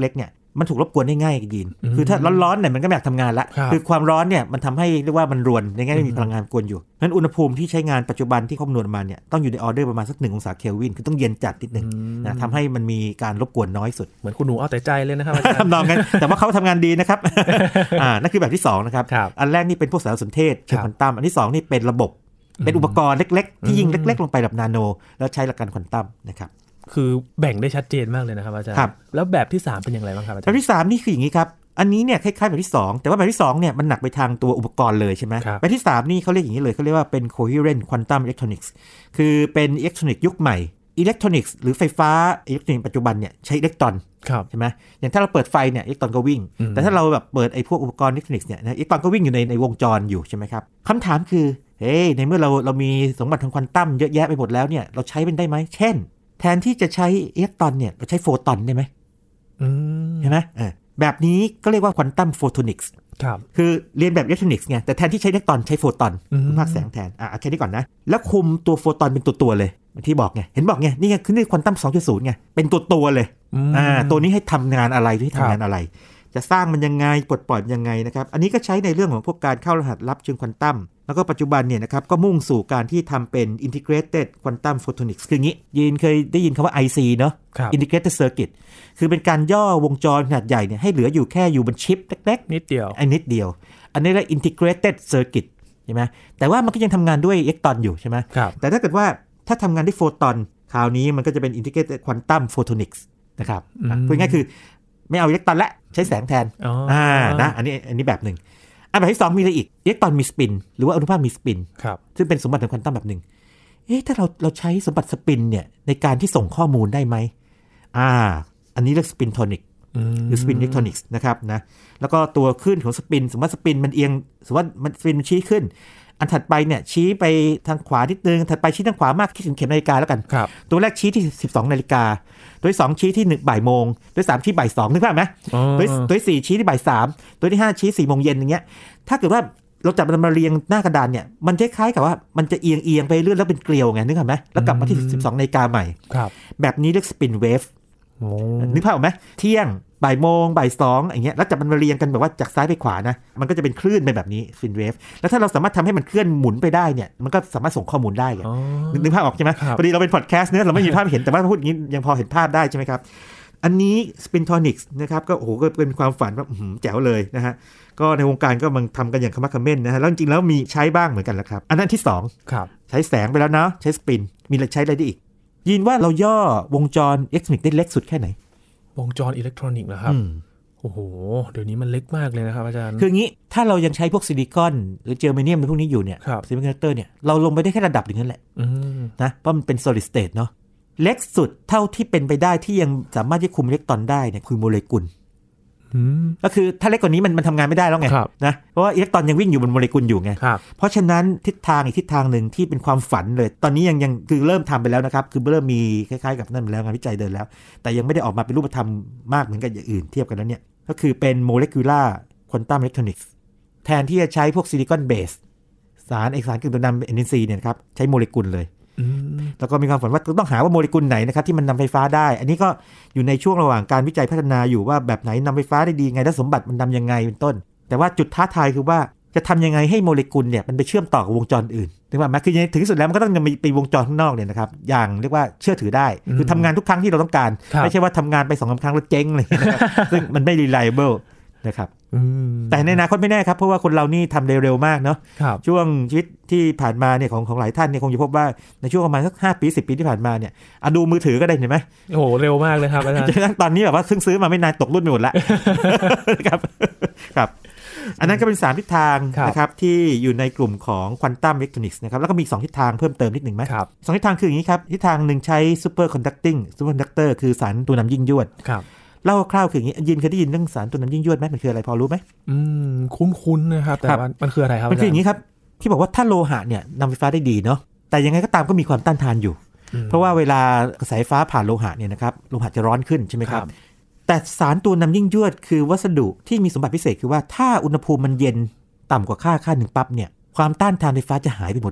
มันถูกรบกวนได้ง่ายยินคือถ้าร้อนๆเนี่ยมันก็ไม่อยากทำงานละคือความร้อนเนี่ยมันทำให้เรียกว่ามันรวนในแง่ไม่มีพลังงานกวนอยู่นั้นอุณหภูมิที่ใช้งานปัจจุบันที่คำนวณมาเนี่ยต้องอยู่ในออเดอร์ประมาณสักหนึ่งองศาเคลวินคือต้องเย็นจัดนิดนึงนะทำให้มันมีการรบกวนน้อยสุดเหมือนคุณหนูเอาแต่ใจเลยนะครับทำนองนั้นแต่ว่าเขาทำงานดีนะครับอ่านั่นคือแบบที่สองนะครับอันแรกนี่เป็นพวกสารสนเทศเชิงควอนตัมอันที่สองนี่เป็นระบบเป็นอุปกรณ์เล็กๆที่ยิงเล็กๆลงไปแบบนาโนแล้วใช้หลักการควอนตัมนะครับคือแบ่งได้ชัดเจนมากเลยนะครับอาจารย์แล้วแบบที่สามเป็นอย่างไรบ้างครับอาจารย์แบบที่สามนี่คืออย่างนี้ครับอันนี้เนี่ยคล้ายๆแบบที่สองแต่ว่าแบบที่สองเนี่ยมันหนักไปทางตัวอุปกรณ์เลยใช่ไหมแบบที่สามนี่เขาเรียกอย่างนี้เลยเขาเรียกว่าเป็น coherent quantum electronics คือเป็นอิเล็กทรอนิกส์ยุคใหม่อิเล็กทรอนิกส์หรือไฟฟ้าอิเล็กทรอนิกส์ปัจจุบันเนี่ยใช้อิเล็กตรอนใช่ไหมอย่างถ้าเราเปิดไฟเนี่ยอิเล็กตรอนก็วิ่งแต่ถ้าเราแบบเปิดไอ้พวกอุปกรณ์อิเล็กทรอนิกส์เนี่ยอิเล็กตรอนก็วิ่งอยู่ในในวงจรอยู่ใช่ไหมครับคำถามคือเฮ้ยในเมื่อเราเรามีสมบัติทางควอนตัมเยอะแยะไปหมดแล้วเนี่ยเราใช้มันได้ไหมเช่นแทนที่จะใช้อิเล็กตรอนเนี่ยเราใช้โฟตอนได้ไหมใช่ไหมแบบนี้ก็เรียกว่าควอนตัมโฟโทนิกส์คือเรียนแบบอิเล็กทรอนิกส์ไงแต่แทนที่ใช้อิเล็กตรอนใช้โฟตอนคือภาคแสงแทนอ่ะแค่นี้ก่อนนะแล้วคุมตัวโฟตอนเป็นตัวตัวเลยที่บอกไงเห็นบอกไงนี่ไงคือนี่ควอนตัม สองจุดศูนย์ ไงเป็นตัวตัวเลยอ่าตัวนี้ให้ทำงานอะไรที่ทำงานอะไรจะสร้างมันยังไงปลดปล่อยยังไงนะครับอันนี้ก็ใช้ในเรื่องของพวกการเข้ารหัสลับเชิงควอนตัมแล้วก็ปัจจุบันเนี่ยนะครับก็มุ่งสู่การที่ทำเป็น integrated quantum photonics คืออย่างนี้ยินเคยได้ยินคำว่า ไอ ซี เนาะ integrated circuit คือเป็นการย่อวงจรขนาดใหญ่เนี่ยให้เหลืออยู่แค่อยู่บนชิปเล็กๆนิดเดียวไอ้นิดเดียวอันนี้เรียก integrated circuit ใช่ไหมแต่ว่ามันก็ยังทำงานด้วยอิเล็กตรอนอยู่ใช่ไหมแต่ถ้าเกิดว่าถ้าทำงานด้วยโฟตอนคราวนี้มันก็จะเป็น integrated quantum photonics นะครับพูดง่ายคือไม่เอาอิเล็กตรอนละใช้แสงแทนอ่านะอันนี้อันนี้แบบหนึ่งอันแบบที่สองมีอะไรอีกอิเล็กตรอนมีสปินหรือว่าอนุภาคมีสปินซึ่งเป็นสมบัติของควอนตัมแบบหนึ่งเอ๊ะถ้าเราเราใช้สมบัติสปินเนี่ยในการที่ส่งข้อมูลได้ไหมอ่าอันนี้เรียกสปินโทนิกหรือสปินอิเล็กทรอนิกส์นะครับนะแล้วก็ตัวคลื่นของสปินสมมติว่าสปินมันเอียงสมมติว่ามันสปินมันชี้ขึ้นอันถัดไปเนี่ยชี้ไปทางขวานิดนึงถัดไปชี้ทางขวามากคิดถึงเข็มนาฬิกาแล้วกันตัวแรกชี้ที่สิบสองนาฬิกาตัวที่สองชี้ที่หนึ่งบ่ายโมงตัวที่สามชี้บ่ายสองนึกภาพไหมตัวตัวที่สี่ชี้ที่บ่ายสามตัวที่ห้าชี้สี่โมงเย็นอย่างเงี้ยถ้าเกิดว่าเราจับมันมาเรียงหน้ากระดานเนี่ยมันคล้ายๆกับว่ามันจะเอียงเอียงไปเรื่อยแล้วเป็นเกลียวไงนึกภาพไหมแล้วกลับมาที่สิบสองนาฬิกาใหม่แบบนี้เรียกสปินเวฟนึกภาพออกไหมเที่ยงบ่ายโมงบ่ายสองอย่างเงี้ยแล้วจับมันมาเรียงกันแบบว่าจากซ้ายไปขวานะมันก็จะเป็นคลื่นเป็นแบบนี้สปินเวฟแล้วถ้าเราสามารถทำให้มันเคลื่อนหมุนไปได้เนี่ยมันก็สามารถส่งข้อมูลได้เลยนึกภาพออกใช่ไหมพอดีเราเป็นพอดแคสต์เนื้อเราไม่มีภาพเห็นแต่ว่าพูดอย่างนี้ยังพอเห็นภาพได้ใช่ไหมครับอันนี้สปินโทนิกส์นะครับก็โอ้โหก็เป็นความฝันว่าแจ๋วเลยนะฮะก็ในวงการก็มันทำกันอย่างขมักเขม้นนะฮะแล้วจริงๆแล้วมีใช้บ้างเหมือนกันแล้วครับอันนั้นที่สองใช้แสงไปแล้วนะใช้สปินมีใช้อะไรได้อีกยินว่าเราย่อวงจรอิเล็กทรอนิกส์ได้เล็กสุดแค่ไหนวงจรอิเล็กทรอนิกส์นะครับโอ้โหเดี๋ยวนี้มันเล็กมากเลยนะครับอาจารย์คืองี้ถ้าเรายังใช้พวกซิลิคอนหรือเจอร์เมเนียมในพวกนี้อยู่เนี่ยซิมิคอนดักเตอร์เนี่ยเราลงไปได้แค่ระดับหนึ่งนั่นแหละนะเพราะมันเป็น solid state เนาะเล็กสุดเท่าที่เป็นไปได้ที่ยังสามารถที่คุมอิเล็กตรอนได้เนี่ยคือโมเลกุลก็คือถ้าเล็กกว่านี้มันมันทำงานไม่ได้แล้วไงนะเพราะว่าอิเล็กตรอนยังวิ่งอยู่บนโมเลกุลอยู่ไงเพราะฉะนั้นทิศทางอีกทิศทางหนึ่งที่เป็นความฝันเลยตอนนี้ยังยังคือเริ่มทำไปแล้วนะครับคือเริ่มมีคล้ายๆกับนั่นแล้วงานวิจัยเดินแล้วแต่ยังไม่ได้ออกมาเป็นรูปธรรมมากเหมือนกับอย่างอื่นเทียบกันแล้วเนี่ยก็คือเป็นโมเลกุลาร์ควอนตัมอิเล็กทรอนิกส์แทนที่จะใช้พวกซิลิคอนเบสสารเอกสารกึ่งตัวนำ เอ็น เอ็น ซี เนี่ยครับใช้โมเลกุลเลยแล้วก็มีความฝันว่าต้องหาว่าโมเลกุลไหนนะครับที่มันนำไฟฟ้าได้อันนี้ก็อยู่ในช่วงระหว่างการวิจัยพัฒนาอยู่ว่าแบบไหนนำไฟฟ้าได้ดีไงและสมบัติมันนำยังไงเป็นต้นแต่ว่าจุดท้าทายคือว่าจะทำยังไงให้โมเลกุลเนี่ยมันไปเชื่อมต่อกับวงจรอื่นถึงว่าคือถึงสุดแล้วมันก็ต้องมีไปวงจรข้างนอกเนี่ยนะครับอย่างเรียกว่าเชื่อถือได้คือทำงานทุกครั้งที่เราต้องการไม่ใช่ว่าทำงานไปสองสามครั้งแล้วเจ๊งเลยซึ่งมันไม่ reliable นะครับแต่ในอนาคตไม่แน่ครับเพราะว่าคนเรานี่ทำเร็วๆมากเนาะช่วงชีวิตที่ผ่านมาเนี่ยของของหลายท่านเนี่ยคงจะพบว่าในช่วงประมาณสักห้าปีสิบปีที่ผ่านมาเนี่ยอ่ะดูมือถือก็ได้เห็นไหมโอ้โหเร็วมากเลยครับอาจารย์จนตอนนี้แบบว่าซื้อมาไม่นานตกรุ่นไปหมดแล้วครับครับอันนั้นก็เป็นสามทิศทางนะครับที่อยู่ในกลุ่มของควอนตัมอิเล็กทรอนิกส์นะครับแล้วก็มีสองทิศทางเพิ่มเติมนิดหนึ่งไหมสองทิศทางคืออย่างนี้ครับทิศทางหนึ่งใช้ซูเปอร์คอนดักติ้งซูเปอร์คอนดักเตอร์คือสารตัวนำยิ่งยวดเล่าคร่าวๆคืออย่างนี้ยินเคยได้ยินเรื่องสารตัวนำยิ่งยวดไหมมันคืออะไรพอรู้ไหมอืมคุ้นๆนะครับแต่ว่ามันคืออะไรครับมันคืออย่างนี้ครับที่บอกว่าถ้าโลหะเนี่ยนำไฟฟ้าได้ดีเนาะแต่ยังไงก็ตามก็มีความต้านทานอยู่เพราะว่าเวลากระแสไฟฟ้าผ่านโลหะเนี่ยนะครับโลหะจะร้อนขึ้นใช่ไหมครับแต่สารตัวนำยิ่งยวดคือวัสดุที่มีสมบัติพิเศษคือว่าถ้าอุณหภูมิมันเย็นต่ำกว่าค่าค่าหนึ่งปั๊บเนี่ยความต้านทานไฟฟ้าจะหายไปหมดเลย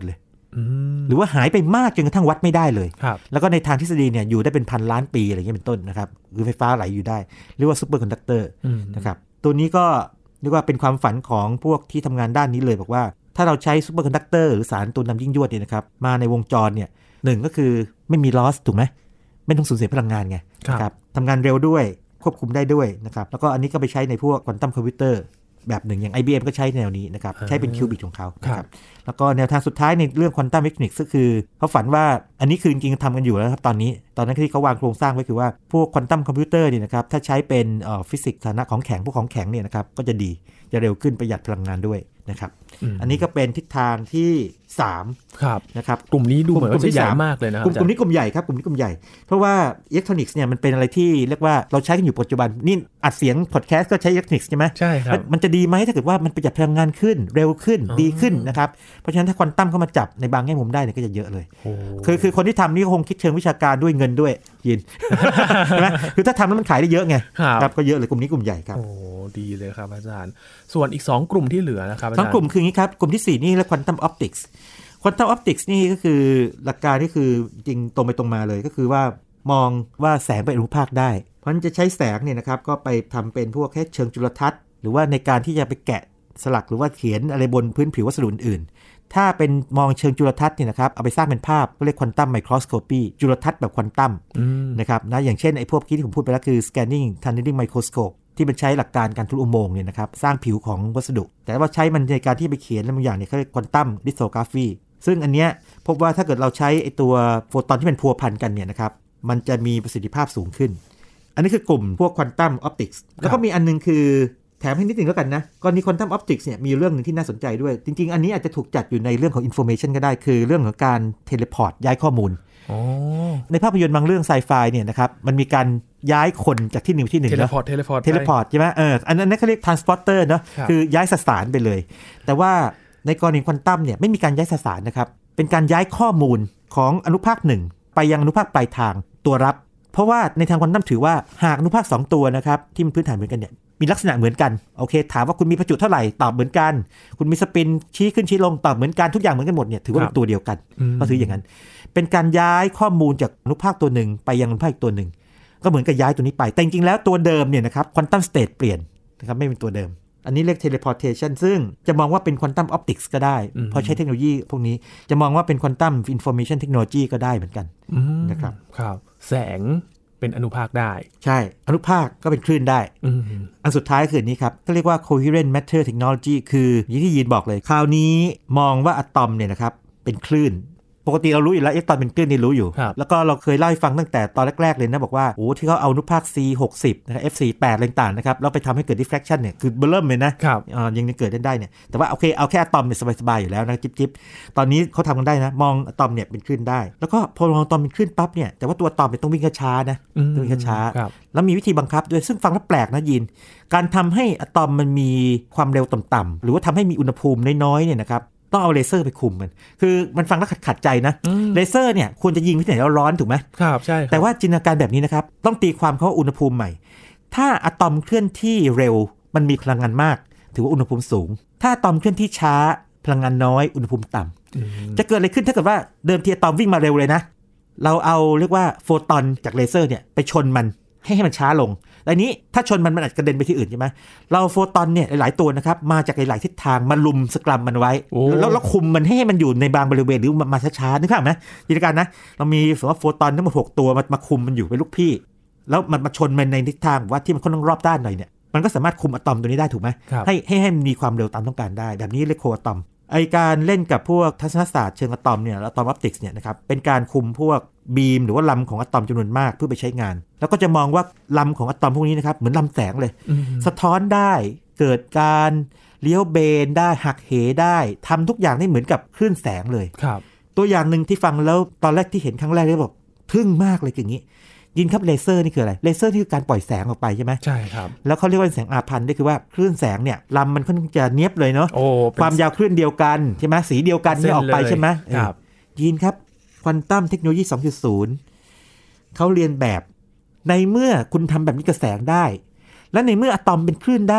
หรือว่าหายไปมากจนกระทั่งวัดไม่ได้เลยแล้วก็ในทางทฤษฎีเนี่ยอยู่ได้เป็นพันล้านปีอะไรเงี้ยเป็นต้นนะครับคือไฟฟ้าไหลอยู่ได้เรียกว่าซูเปอร์คอนดักเตอร์นะครับตัวนี้ก็เรียกว่าเป็นความฝันของพวกที่ทำงานด้านนี้เลยบอกว่าถ้าเราใช้ซูเปอร์คอนดักเตอร์หรือสารตัวนำยิ่งยวดเนี่ยนะครับมาในวงจรเนี่ยหนึ่งก็คือไม่มีลอสถูกไหมไม่ต้องสูญเสียพลังงานไงนะครับทำงานเร็วด้วยควบคุมได้ด้วยนะครับแล้วก็อันนี้ก็ไปใช้ในพวกควอนตัมคอมพิวเตอร์แบบหนึ่งอย่าง ไอ บี เอ็ม ก็ใช้แนวนี้นะครับใช้เป็นคิวบิตของเขาครับแล้วก็แนวทางสุดท้ายในเรื่องควอนตัมเมคานิกส์ก็คือเขาฝันว่าอันนี้คือจริงๆทำกันอยู่แล้วครับตอนนี้ตอนนั้นที่เขาวางโครงสร้างไว้คือว่าพวกควอนตัมคอมพิวเตอร์เนี่ยนะครับถ้าใช้เป็นเอ่อฟิสิกส์ฐานะของแข็งพวกของแข็งเนี่ยนะครับก็จะดีจะเร็วขึ้นประหยัดพลังงานด้วยนะครับอันนี้ก็เป็นทิศทางที่สามครับนะครับกลุ่มนี้ดูเหมือนว่าจะใหญ่มากเลยนะครับกลุ่มกลุ่มนี้กลุ่มใหญ่ครับกลุ่มนี้กลุ่มใหญ่เพราะว่าอิเล็กทรอนิกส์เนี่ยมันเป็นอะไรที่เรียกว่าเราใช้กันอยู่ปัจจุบันนี่อัดเสียงพอดแคสต์ก็ใช้อิเล็กทรอนิกส์ใช่ไหมใช่ครับมันจะดีไหมถ้าเกิดว่ามันประหยัดพลังงานขึ้นเร็วขึ้นดีขึ้นนะครับเพราะฉะนั้นถ้าควอนตัมเข้ามาจับในบางแง่มุมได้เนี่ยก็จะเยอะเลยคือคือคนที่ทำนี่ก็คงคิดเชิงวิชาการด้วยเงินด้วยยินใช่ไหมคือถ้าทำแล้วมันขายได้เยอะไงครับก็เยอะเลยกลุ่มนี้กลุ่มใหญ่ครับโอ้ดีเลยครับอาจารย์ส่วนอีกสองกลุ่มที่เหลือนะครับสองกลุ่มคืออย่างนี้ครับกลุ่มที่สี่นี่เรียกควอนตัมออปติกส์ควอนตัมออปติกส์นี่ก็คือหลักการนี่คือจริงตรงไปตรงมาเลยก็คือว่ามองว่าแสงเป็นอนุภาคได้เพราะฉะนั้นจะใช้แสงเนี่ยนะครับก็ไปทำเป็นพวกแค่เชิงจุลทรรศน์หรือว่าในการที่จะไปแกะสลักหรือว่าเขียนอะไรบนพื้นผิววัสดุอื่นๆถ้าเป็นมองเชิงจุลทรรศน์เนี่ยนะครับเอาไปสร้างเป็นภาพก็เรียกควอนตัมไมโครสโคปีจุลทรรศน์แบบควอนตัมนะครับนะอย่างเช่นไอ้พวกที่ผมพูดไปแล้วคือ scanning tunneling microscopeที่มันใช้หลักการการทะลุอุโมงค์เนี่ยนะครับสร้างผิวของวัสดุแต่ว่าใช้มันในการที่ไปเขียนอะไรบางอย่างเนี่ยเขาเรียกควอนตัมลิโทกราฟีซึ่งอันเนี้ยพบว่าถ้าเกิดเราใช้ไอ้ตัวโฟตอนที่เป็นพัวพันกันเนี่ยนะครับมันจะมีประสิทธิภาพสูงขึ้นอันนี้คือกลุ่มพวกควอนตัมออปติกส์แล้วก็มีอันนึงคือแถมให้นิดนึงแล้วกันนะกรณีควอนตัมออปติกส์เนี่ยมีเรื่องนึงที่น่าสนใจด้วยจริงๆอันนี้อาจจะถูกจัดอยู่ในเรื่องของอินโฟเมชันก็ได้คือเรื่องของการเทเลพอร์ตย้ายข้อมูลในภาพยนตร์บางเรื่องไซไฟเนี่ยนะครับมันมีการย้ายคนจากที่หนึ่งไปที่หนึ่งเทเลพอร์ตเทเลพอร์ตเทเลพอร์ตใช่ไหมเอออันนั้นเขาเรียกทรานสปอร์เตอร์เนาะคือย้ายสสารไปเลยแต่ว่าในกรณีควอนตัมเนี่ยไม่มีการย้ายสสารนะครับเป็นการย้ายข้อมูลของอนุภาคหนึ่งไปยังอนุภาคปลายทางตัวรับเพราะว่าในทางควอนตัมถือว่าหากอนุภาคสองตัวนะครับที่มันพื้นฐานเหมือนกันเนี่ยมีลักษณะเหมือนกันโอเคถามว่าคุณมีประจุเท่าไหร่ตอบเหมือนกันคุณมีสปินชี้ขึ้นชี้ลงตอบเหมือนกันทุกอย่างเหมือนกันหมดเนี่ยถือว่าเป็นตัวเดียวกันก็ถืออย่างนั้นเป็นการย้ายข้อมูลจากอนุภาคตัวหนึ่งไปยังอนุภาคอีกตัวหนึ่งก็เหมือนกับย้ายตัวนี้ไปแต่จริงๆแล้วตัวเดิมเนี่ยนะครับควอนตัมสเตทเปลี่ยนนะครับไม่เป็นตัวเดิมอันนี้เรียก teleportation ซึ่งจะมองว่าเป็น quantum optics ก็ได้เพราะใช้เทคโนโลยีพวกนี้จะมองว่าเป็น quantum information technology ก็ได้เหมือนกันนะครับครับแสงเป็นอนุภาคได้ใช่อนุภาคก็เป็นคลื่นได้อันสุดท้ายคือนี้ครับก็เรียกว่า coherent matter technology คืออย่างที่ยีนบอกเลยคราวนี้มองว่าอะตอมเนี่ยนะครับเป็นคลื่นปกติเรารู้อยู่แล้วเอ็กตอนเป็นคลื่นนี่รู้อยู่แล้วก็เราเคยเล่าให้ฟังตั้งแต่ตอนแรกๆเลยนะบอกว่าโอ้ที่เขาเอาอนุภาค ซี หกสิบ นะครับ เอฟ สี่สิบแปด อะไรต่างๆนะครับแล้วไปทำให้เกิด diffraction เนี่ยคือเบลเริ่มเลยนะอ่ายังเกิดได้เนี่ยแต่ว่าโอเคเอาแค่อะตอมเนี่ยสบายๆอยู่แล้วนะจิ๊บๆตอนนี้เขาทำกันได้นะมองอะตอมเนี่ยเป็นคลื่นได้แล้วก็พอมองอะตอมเป็นคลื่นปั๊บเนี่ยแต่ว่าตัวอะตอมเนี่ยต้องวิ่งช้าๆนะต้องวิ่งช้าๆแล้วมีวิธีบังคับด้วยซึ่งฟังแล้วแปลกนะยินการทำให้อะตอมมันมีความเร็วต่ำๆหรือว่าทำให้มีอุณหภูมิน้อยๆเนี่ยนะครับต้องเอาเลเซอร์ไปคุมมันคือมันฟังแล้วขัดขัดใจนะเลเซอร์เนี่ยควรจะยิงไปที่ไหนแล้วร้อนถูกไหมครับใช่แต่ว่าจินตนาการแบบนี้นะครับต้องตีความเขาว่าอุณหภูมิใหม่ถ้าอะตอมเคลื่อนที่เร็วมันมีพลังงานมากถือว่าอุณหภูมิสูงถ้าอะตอมเคลื่อนที่ช้าพลังงานน้อยอุณหภูมิต่ำจะเกิดอะไรขึ้นถ้าเกิดว่าเดิมทีอะตอมวิ่งมาเร็วเลยนะเราเอาเรียกว่าโฟตอนจากเลเซอร์เนี่ยไปชนมันให้ให้มันช้าลงแต่นี้ถ้าชนมันมันอาจจะกระเด็นไปที่อื่นใช่ไหมเราโฟตอนเนี่ยหลายๆตัวนะครับมาจากหลายๆทิศทางมาลุมสกรัมมันไว้แล้วแล้วคุมมันให้มันอยู่ในบางบริเวณหรือมาช้าๆนึกภาพไหมจินตนาการนะเรามีสมมติว่าโฟตอนทั้งหมดหกตัวมามาคุมมันอยู่เป็นลูกพี่แล้วมันมาชนมันในทิศทางว่าที่มันค่อนข้างรอบด้านหน่อยเนี่ยมันก็สามารถคุมอะตอมตัวนี้ได้ถูกไหมให้ให้ให้มันมีความเร็วตามต้องการได้แบบนี้เรียกโคอะตอมไอการเล่นกับพวกทัศนศาสตร์เชิงอะตอมเนี่ยอะตอมออปติกส์เนี่ยนะครับเป็นการคุมพวกบีมหรือว่าลำของอะตอมจำนวนมากเพื่อไปใช้งานแล้วก็จะมองว่าลำของอะตอมพวกนี้นะครับเหมือนลำแสงเลยสะท้อนได้เกิดการเลี้ยวเบนได้หักเหได้ทำทุกอย่างได้เหมือนกับคลื่นแสงเลยตัวอย่างหนึ่งที่ฟังแล้วตอนแรกที่เห็นครั้งแรกเลยบอกทึ่งมากเลยอย่างนี้ยินครับเลเซอร์นี่คืออะไรเลเซอร์ที่คือการปล่อยแสงออกไปใช่ไหมใช่ครับแล้วเขาเรียกว่าแสงอาพันธ์นี่คือว่าคลื่นแสงเนี่ยลำมันค่อนข้างจะเนียบเลยเนาะความยาวคลื่นเดียวกันใช่ไหมสีเดียวกันที่ออกไปใช่ไหมยินครับควอนตัมเทคโนโลยี สองจุดศูนย์ เขาเรียนแบบในเมื่อคุณทำแบบนี้กับแสงได้และในเมื่ออะตอมเป็นคลื่นได้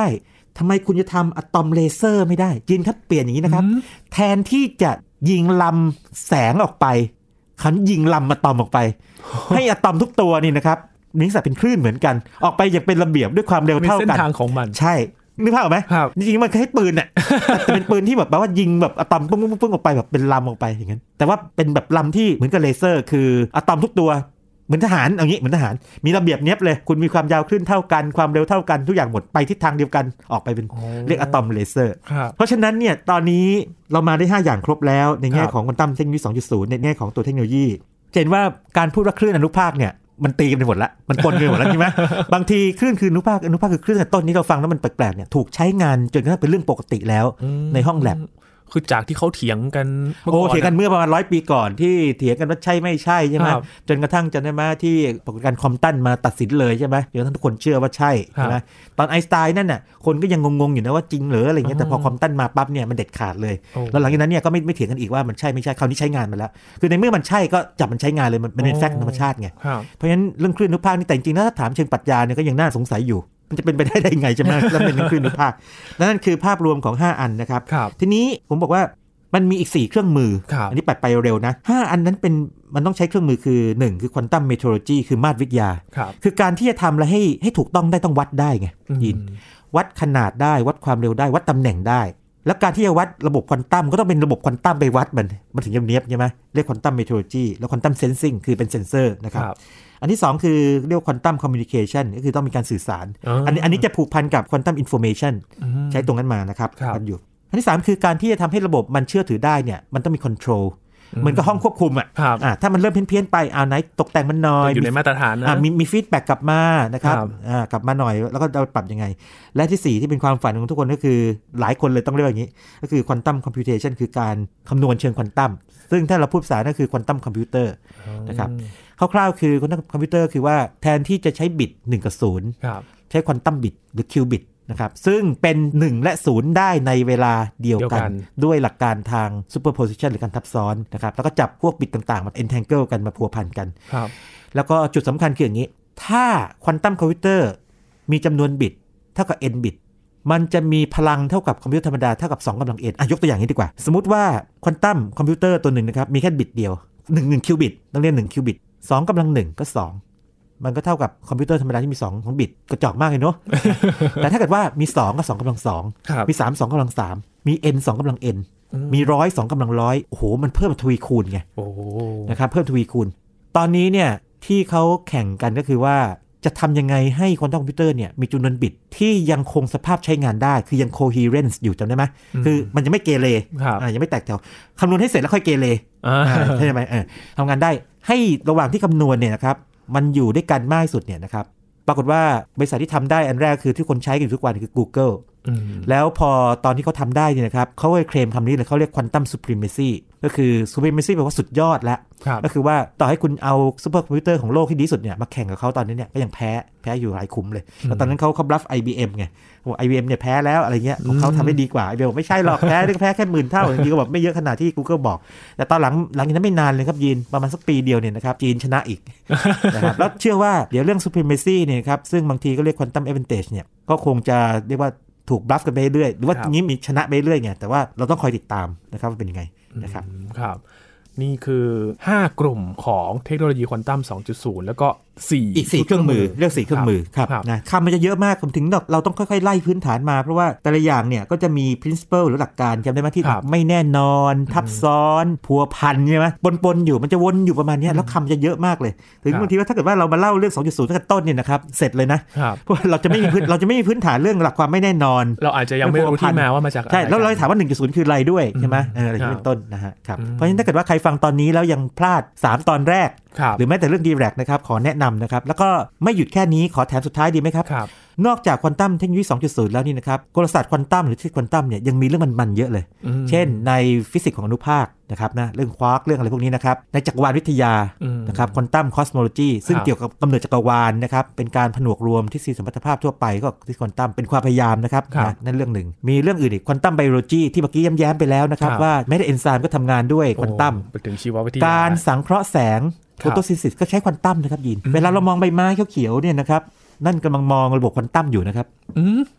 ทำไมคุณจะทำอะตอมเลเซอร์ไม่ได้จีนครับเปลี่ยนอย่างนี้นะครับแทนที่จะยิงลำแสงออกไปเขายิงลำอะตอมออกไป ให้อะตอมทุกตัวนี่นะครับมีลักษณะเป็นคลื่นเหมือนกันออกไปอย่างเป็นระเบียบด้วยความเร็วเท่ากันมีเส้นทางของมันใช่นึกภาพออกไหมจริงๆมันคล้ายปืนน่ะ แต่เป็นปืนที่แบบว่ายิงแบบอะตอมปุ้งๆๆออกไปแบบเป็นลำออกไปอย่างนั้นแต่ว่าเป็นแบบลำที่เหมือนกับเลเซอร์คืออะตอมทุกตัวเหมือนทหารเอางี้เหมือนทหารมีระเบียบเนี้ยบเลยคุณมีความยาวคลื่นเท่ากันความเร็วเท่ากันทุกอย่างหมดไปทิศทางเดียวกันออกไปเป็นเรียกอะตอมเลเซอร์เพราะฉะนั้นเนี่ยตอนนี้เรามาได้ห้าอย่างครบแล้วในแง่ของควอนตัมเทคโนโลยี สองจุดศูนย์ ในแง่ของตัวเทคโนโลยีเห็นว่าการพูดว่าคลื่นอนุภาคเนี่ยมันตีกันไปหมดละมันปนกันหมดแล้วใช่ไหม บางทีคลื่นคืออนุภาคอนุภาคคือคลื่นแต่ต้นนี้เราฟังแล้วมันแปลกๆเนี่ยถูกใช้งานจนกระทั่งเป็นเรื่องปกติแล้วในห้องแลบคือจากที่เขาเถียงกันโอ้เถียงกันเมื่อประมาณร้อยปีก่อนที่เถียงกันว่าใช่ไม่ใช่ใช่ไหมจนกระทั่งจำได้ไหมที่ปรากฏการณ์คอมตันมาตัดสินเลยใช่ไหมจนกระทั่งทุกคนเชื่อว่าใช่ใช่ไหมตอนไอน์สไตน์นั่นน่ะคนก็ยังงงๆอยู่นะว่าจริงหรืออะไรเงี้ยแต่พอคอมตันมาปั๊บเนี่ยมันเด็ดขาดเลยแล้วหลังจากนั้นเนี่ยก็ไม่ไม่เถียงกันอีกว่ามันใช่ไม่ใช่คราวนี้ใช้งานมาแล้วคือในเมื่อมันใช่ก็จับมันใช้งานเลยมันเป็นแฟกต์ธรรมชาติไงเพราะฉะนั้นเรื่องคลื่นอนุภาคนี่แต่จริงๆถ้าถามเชิงปรัชญาเนี่ยก็ยังน่าสงสัยอยู่มันจะเป็นไปได้ได้ไงใช่ไหมแล้วเป็นเรื่องคลื่นอนุภาคนั่นคือภาพรวมของห้าอันนะครับทีนี้ผมบอกว่ามันมีอีกสี่เครื่องมืออันนี้ปัดไปเร็วนะห้าอันนั้นเป็นมันต้องใช้เครื่องมือคือหนึ่งคือควอนตัมเมโทรโลจีคือมาตรวิทยาคือการที่จะทำแล้วให้ให้ถูกต้องได้ต้องวัดได้ไงยินวัดขนาดได้วัดความเร็วได้วัดตำแหน่งได้แล้วการที่จะวัดระบบควอนตัมก็ต้องเป็นระบบควอนตัมไปวัดมันมันถึงจะเนียบใช่ไหมเรียกควอนตัมเมโทรโลจีแล้วควอนตัมเซนซิงคือเป็นเซนเซอร์นะครับอันที่สองคือเรียกควอนตัมคอมมิวนิเคชันก็คือต้องมีการสื่อสารอันนี้อันนี้จะผูกพันกับควอนตัมอินโฟเมชันใช้ตรงนั้นมานะครับกันอยู่อันที่สามคือการที่จะทำให้ระบบมันเชื่อถือได้เนี่ยมันต้องมีคอนโทรลเหมือนกับห้องควบคุมอ่ะถ้ามันเริ่มเพี้ยนๆไปเอาไหนตกแต่งมันหน่อยอยู่ในมาตรฐานนะมีมีฟีดแบ็กกลับมานะครับกลับมาหน่อยแล้วก็เราปรับยังไงและที่สี่ที่เป็นความฝันของทุกคนก็คือหลายคนเลยต้องเรียกอย่างนี้ก็คือควอนตัมคอมพิวเทชันคือการคำนวณเชิงควอนตัมซึ่งถ้าเราพูดภาษาก็คือควอนตัมคอมพิวเตอร์นะครับคร่าวๆคือควอนตัมคอมพิวเตอร์คือว่าแทนที่จะใช้บิตหนึ่งกับศูนย์ใช้ควอนตัมบิตหรือคิวบิตนะครับซึ่งเป็นหนึ่งและศูนย์ได้ในเวลาเดียวกันด้วยหลักการทาง superposition หรือการทับซ้อนนะครับแล้วก็จับพวกบิตต่างๆมา entangle กันมาพัวพันกันแล้วก็จุดสำคัญคืออย่างนี้ถ้าควอนตัมคอมพิวเตอร์มีจำนวนบิตเท่ากับ n บิตมันจะมีพลังเท่ากับคอมพิวเตอร์ธรรมดาเท่ากับสองกำลัง n อ่ะยกตัวอย่างนี้ดีกว่าสมมุติว่าควอนตัมคอมพิวเตอร์ตัวหนึ่งนะครับมีแค่บิตเดียวหนึ่ง หนึ่งคิวบิตต้องเรียกหนึ่งคิวบิตสองกำลังหนึ่งก็สองมันก็เท่ากับคอมพิวเตอร์ธรรมดาที่มีสองของบิตกระจอกมากเลยเนาะ แต่ถ้าเกิดว่ามีสองก็สองกำลังสองมีสาม สองกำลังสามมี n สองกำลัง n มีหนึ่งร้อย สองกำลังหนึ่งร้อยโอ้โหมันเพิ่มทวีคูณไงนะครับเพิ่มทวีคูณตอนนี้เนี่ยที่เขาแข่งกันก็คือว่าจะทำยังไงให้ควอนตัมคอมพิวเตอร์เนี่ยมีจำนวนบิตที่ยังคงสภาพใช้งานได้คือยัง coherence อยู่จำได้ไหมคือมันยังไม่เกเรอ่ายังไม่แตกแถวคำนวณให้เสร็จแล้วค่อยเกเรใช่ไหมเออทำงานได้ให้ระหว่างที่คำนวณเนี่ยนะครับมันอยู่ด้วยกันมากที่สุดเนี่ยนะครับปรากฏว่าบริษัทที่ทำได้อันแรกคือที่คนใช้กันอยู่ทุกวันคือ Google แล้วพอตอนที่เขาทำได้เนี่ยนะครับเขาก็เคลมคำนี้เลยเขาเรียก Quantum Supremacy ก็คือ Supremacy แปลว่าสุดยอดแล้วก็คือว่าต่อให้คุณเอาซูเปอร์คอมพิวเตอร์ของโลกที่ดีสุดเนี่ยมาแข่งกับเขาตอนนี้เนี่ยก็ยังแพ้แพ้อยู่หลายคุ้มเลยแล้วตอนนั้นเขาเขาบลัฟ ไอ บี เอ็ม ไงบอก ไอ บี เอ็ม เนี่ยแพ้แล้วอะไรเงี้ยของเขาทำได้ดีกว่า ไอ บี เอ็ม บอกไม่ใช่หรอกแพ้ได้แพ้แค่หมื่นเท่าจริงๆก็บอกไม่เยอะขนาดที่ Google บอกแต่ตอนหลังหลังจากนั้นไม่นานเลยครับยีนประมาณสักปีเดียวเนี่ยนะครับจีนชนะอีกนะครับแล้วเชื่อว่าเดี๋ยวเรื่อง Supremacy เนี่ยครับซึ่งบางทีก็เรียก Quantum Advantage เนี่ยก็คงจะเรียกว่าถูกบลัฟกันไปเรื่อยหรือว่านี้มีชนะไปเรื่อยไงแต่ว่าเราต้องคอยติดตามนะครับว่าเป็นยังไงนะครับครับนี่คือห้ากลุ่มของเทคโนโลยีควอนตัม สองจุดศูนย์ แล้วก็สี่อีกสี่เครื่องมือเรียกสี่เครื่องมือครับนะคำมันจะเยอะมากผมถึงเราต้องค่อยๆไล่พื้นฐานมาเพราะว่าแต่ละอย่างเนี่ยก็จะมี principle หรือหลักการจำได้ไหมที่ไม่แน่นอนทับซ้อนพัวพันใช่ไหมปนๆอยู่มันจะวนอยู่ประมาณนี้แล้วคำจะเยอะมากเลยถึงบางทีว่าถ้าเกิดว่าเรามาเล่าเรื่อง สองจุดศูนย์ ตั้งแต่ต้นเนี่ยนะครับเสร็จเลยนะเพราะเราจะไม่มีพื้นเราจะไม่มีพื้นฐานเรื่องหลักความไม่แน่นอนเราอาจจะยังไม่รู้ที่มาว่ามาจากอะไรใช่แล้วเราถามว่า หนึ่งจุดศูนย์ คืออะไรด้วยใช่ไหมเอออะไรเป็นต้นนะฮะครับเพราะฉะนั้นถ้าเกิดว่าใครฟังตอนนี้แล้วยังพลาดสามตอนแรกหรือแม้แต่เรื่อง ดี แรค นะครับขอแนะนำนะครับแล้วก็ไม่หยุดแค่นี้ขอแถมสุดท้ายดีไหมครับนอกจากควอนตัมเทคโนโลยี สองจุดศูนย์ แล้วนี่นะครับกลศาสตร์ควอนตัมหรือทฤษฎีควอนตัมเนี่ยยังมีเรื่องมันๆเยอะเลยเช่นในฟิสิกส์ของอนุภาคนะครับนะเรื่องควาร์กเรื่องอะไรพวกนี้นะครับในจักรวาลวิทยานะครับควอนตัมคอสโมโลจีซึ่งเกี่ยวกับกำเนิดจักรวาลนะครับเป็นการผนวกรวมทฤษฎีสมรรถภาพทั่วไปก็ทฤษฎีควอนตัมเป็นความพยายามนะครับนะนั่นเรื่องหนึ่งมีเรื่องอื่นอีกควอนตัมไบโอโลจีที่เมื่อกี้ย้ำๆไปแล้วนะครับว่าแม้แต่เอนไซม์ก็ทำงานด้วยควอนตัมการสังเคราะห์แสงโฟโตซินธิซิสก็ใช้ควอนตัมนะครับยินเวลาเรามองใบไม้เขียวๆเนี่ยนะครับนั่นกำลังมองระบบควอนตัมอยู่นะครับ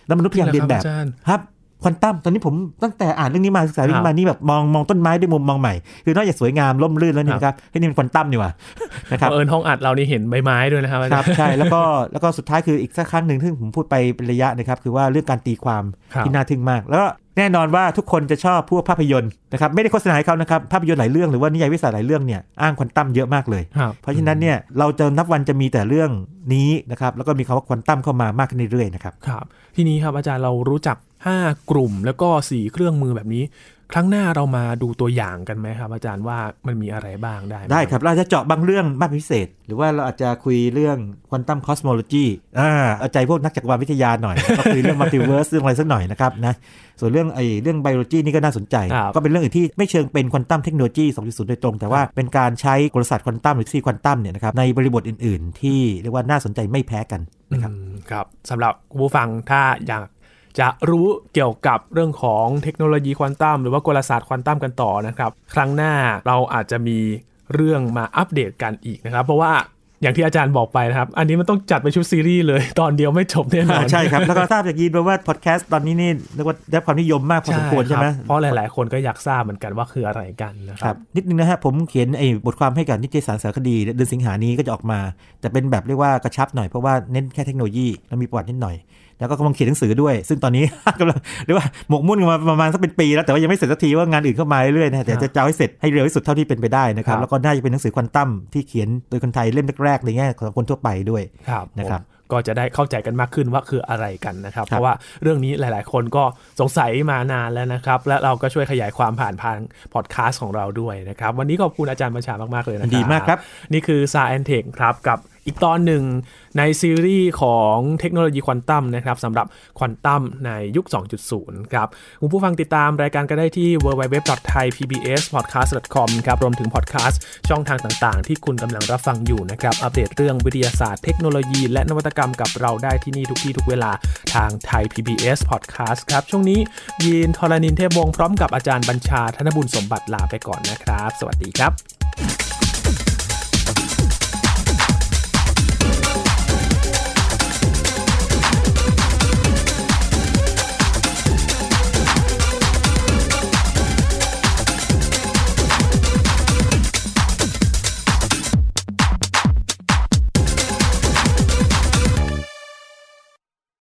แล้วมนุษย์พยายามเรียนแบบครับควอนตัมตอนนี้ผมตั้งแต่อ่านเรื่องนี้มาศึกษาเรื่องนี้มานี่แบบมองมองต้นไม้ด้วยมุมมองใหม่คือนอกจากสวยงามร่มรื่นแล้วนี่นะครับที่นี่เป็นควอนตัมนี่หว่านะครับเอิญห้องอัดเรานี่เห็นใบไม้ด้วยนะครับครับใช่แล้วก็แล้วก็สุดท้ายคืออีกสักครั้งนึงที่ผมพูดไปเป็นระยะนะครับคือว่าเรื่องการตีความที่น่าทึ่งมากแล้วแน่นอนว่าทุกคนจะชอบพวกภาพยนตร์นะครับไม่ได้โฆษณาให้เขานะครับภาพยนตร์หลายเรื่องหรือว่านิยายวิทยาศาสตร์หลายเรื่องเนี่ยอ้างควอนตัมเยอะมากเลยเพราะฉะนั้นเนี่ยเราจะนับวันจะมีแต่เรื่องนี้นะครับแล้วก็มีคำว่าควอนตัมเข้ามามากขึ้นเรื่อยๆนะครับครับทีนี้ครับอาจารย์เรารู้จักห้ากลุ่มแล้วก็สี่เครื่องมือแบบนี้ครั้งหน้าเรามาดูตัวอย่างกันไหมครับอาจารย์ว่ามันมีอะไรบ้างได้ได้ครับเราจะเจาะบางเรื่องมากพิเศษหรือว่าเราอาจจะคุยเรื่องควอนตัมคอสโมโลจีอ่าเอาใจพวกนักจักรวาลวิทยาหน่อยก็คุยเรื่องมัลติเวิร์สเรื่องอะไรสักหน่อยนะครับนะส่วนเรื่องไอ้เรื่องไบโอโลจีนี่ก็น่าสนใจก็เป็นเรื่องอื่นที่ไม่เชิงเป็นควอนตัมเทคโนโลยี สองจุดศูนย์ โดยตรงแต่ว่าเป็นการใช้กลศาสตร์ควอนตัมหรือทฤษฎีควอนตัมเนี่ยนะครับในบริบทอื่นๆที่เรียกว่าน่าสนใจไม่แพ้กันนะครับครับสำหรับผู้ฟังถ้าอยากจะรู้เกี่ยวกับเรื่องของเทคโนโลยีควอนตัมหรือว่ากลศาสตร์ควอนตัมกันต่อนะครับครั้งหน้าเราอาจจะมีเรื่องมาอัปเดตกันอีกนะครับเพราะว่าอย่างที่อาจารย์บอกไปนะครับอันนี้มันต้องจัดเป็นชุดซีรีส์เลยตอนเดียวไม่จบแน่นอนใช่ครับแล้วก็ทราบจากยินว่าพอดแคสต์ตอนนี้นี่เรียกว่าได้ความนิยมมากพอสมควรใช่ไหมเพราะหลายๆคนก็อยากทราบเหมือนกันว่าคืออะไรกันนะครับนิดนึงนะฮะผมเขียนไอ้บทความให้กับนิตยสารสารคดีเดือนสิงหานี้ก็จะออกมาแต่เป็นแบบเรียกว่ากระชับหน่อยเพราะว่าเน้นแค่เทคโนโลยีแล้วมีประวัตินิดหน่อยแล้วก็กำลังเขียนหนังสือด้วยซึ่งตอนนี้กำลังเรียกว่าหมกมุ่นกันมาประมาณสักเป็นปีแล้วแต่ว่ายังไม่เสร็จสักทีว่างานอื่นเข้ามาเรื่อยๆนะแต่จะจะให้เสร็จให้เร็วที่สุดเท่าที่เป็นไปได้นะครับแล้วก็น่าจะเป็นหนังสือควอนตัมที่เขียนโดยคนไทยเล่มแรกๆในแง่ของคนทั่วไปด้วยนะครับก็จะได้เข้าใจกันมากขึ้นว่าคืออะไรกันนะครับเพราะว่าเรื่องนี้หลายๆคนก็สงสัยมานานแล้วนะครับและเราก็ช่วยขยายความผ่านทางพอดแคสต์ของเราด้วยนะครับวันนี้ขอบคุณอาจารย์บัญชามากๆเลยนะครับดีมากครับนี่คือ Science Tech ครับกับอีกตอนหนึ่งในซีรีส์ของเทคโนโลยีควอนตัมนะครับสำหรับควอนตัมในยุค สองจุดศูนย์ ครับคุณผู้ฟังติดตามรายการก็ได้ที่ ดับเบิลยู ดับเบิลยู ดับเบิลยู ดอท ไทย พี บี เอส พอดแคสต์ ดอท คอม ครับรวมถึงพอดแคสต์ช่องทางต่างๆที่คุณกำลังรับฟังอยู่นะครับอัปเดตเรื่องวิทยาศาสตร์เทคโนโลยีและนวัตกรรมกับเราได้ที่นี่ทุกที่ทุกเวลาทางไทย พี บี เอส Podcast ครับช่วงนี้ยีนทรณินเทพวงศ์พร้อมกับอาจารย์บัญชาธนบุญสมบัติลาไปก่อนนะครับสวัสดีครับ